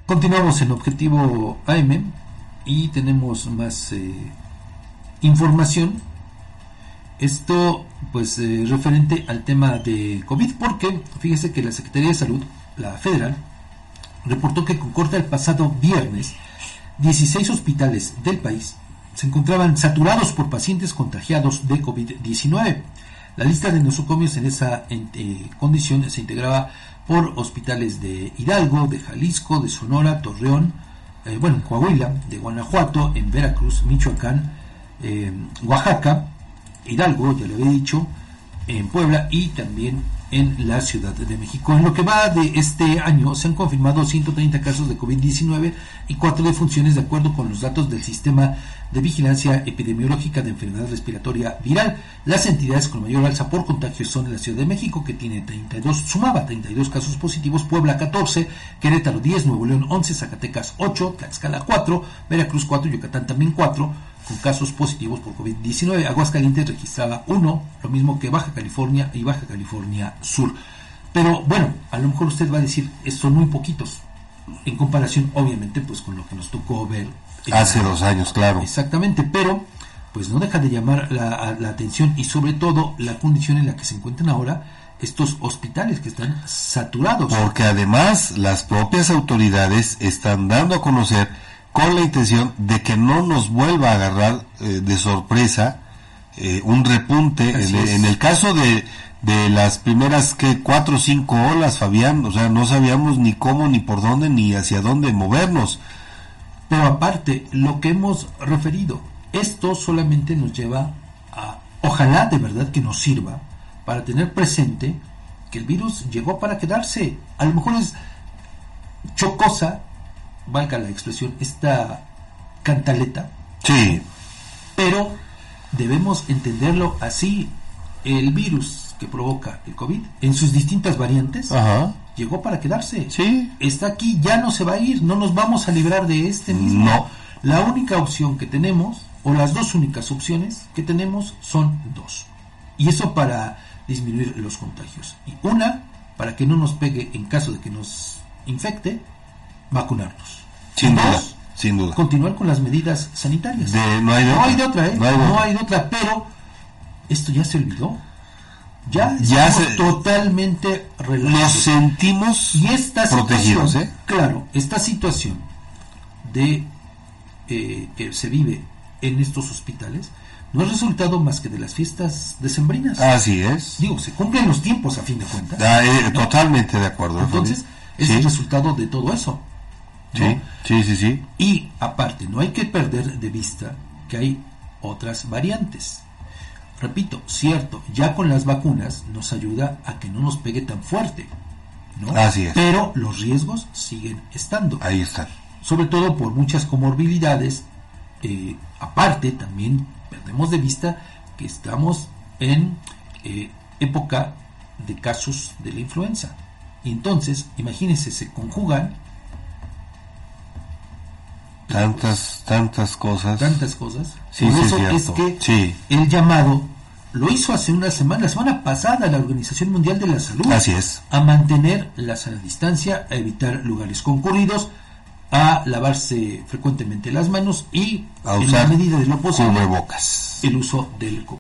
Continuamos en Objetivo AM y tenemos más información. Esto pues referente al tema de COVID, porque fíjese que la Secretaría de Salud, la federal, reportó que con corte al pasado viernes, 16 hospitales del país se encontraban saturados por pacientes contagiados de COVID-19. La lista de nosocomios en esa condición se integraba por hospitales de Hidalgo, de Jalisco, de Sonora, Torreón, en Coahuila, de Guanajuato, en Veracruz, Michoacán, Oaxaca, Hidalgo, ya le había dicho, en Puebla y también en la Ciudad de México. En lo que va de este año se han confirmado 130 casos de COVID-19 y 4 defunciones de acuerdo con los datos del Sistema de Vigilancia Epidemiológica de Enfermedad Respiratoria Viral. Las entidades con mayor alza por contagio son la Ciudad de México, que tiene sumaba 32 casos positivos, Puebla 14, Querétaro 10, Nuevo León 11, Zacatecas 8, Tlaxcala 4, Veracruz 4, Yucatán también 4, con casos positivos por COVID-19. Aguascalientes registraba 1, lo mismo que Baja California y Baja California Sur. Pero bueno, a lo mejor usted va a decir, son muy poquitos, en comparación obviamente pues con lo que nos tocó ver hace 2 años, claro. Exactamente, pero pues no deja de llamar la atención y sobre todo la condición en la que se encuentran ahora estos hospitales que están saturados. Porque además las propias autoridades están dando a conocer con la intención de que no nos vuelva a agarrar de sorpresa un repunte en el caso de las primeras 4 o 5 olas, Fabián, o sea, no sabíamos ni cómo, ni por dónde, ni hacia dónde movernos. Pero aparte, lo que hemos referido, esto solamente nos lleva a, ojalá de verdad que nos sirva para tener presente que el virus llegó para quedarse. A lo mejor es chocosa, valga la expresión, esta cantaleta. Sí. Pero debemos entenderlo así. El virus que provoca el COVID, en sus distintas variantes, ajá, llegó para quedarse. Sí. Está aquí, ya no se va a ir, no nos vamos a librar de este mismo. No. La única opción que tenemos, o las dos únicas opciones que tenemos, son 2. Y eso para disminuir los contagios. Y una, para que no nos pegue en caso de que nos infecte, vacunarnos. Sin duda, dos, sin duda. Continuar con las medidas sanitarias. No hay de otra, no hay de otra, pero esto ya se olvidó. Ya estamos totalmente relajados. Nos sentimos y esta protegidos, situación, claro, esta situación de que se vive en estos hospitales no es resultado más que de las fiestas decembrinas. Así es. Digo, se cumplen los tiempos a fin de cuentas. ¿no? Totalmente de acuerdo. Entonces, es el resultado de todo eso, ¿no? Sí. Y aparte, no hay que perder de vista que hay otras variantes. Repito, cierto, ya con las vacunas nos ayuda a que no nos pegue tan fuerte, ¿no? Así es. Pero los riesgos siguen estando. Ahí están. Sobre todo por muchas comorbilidades. Aparte, también perdemos de vista que estamos en época de casos de la influenza. Y entonces, imagínense, se conjugan tantas cosas. Sí, por sí, eso cierto. es que sí. El llamado lo hizo hace una semana, la semana pasada, la Organización Mundial de la Salud. Así es. A mantener la sana distancia, a evitar lugares concurridos, a lavarse frecuentemente las manos y, a en usar la medida de lo posible, cubrebocas. el uso del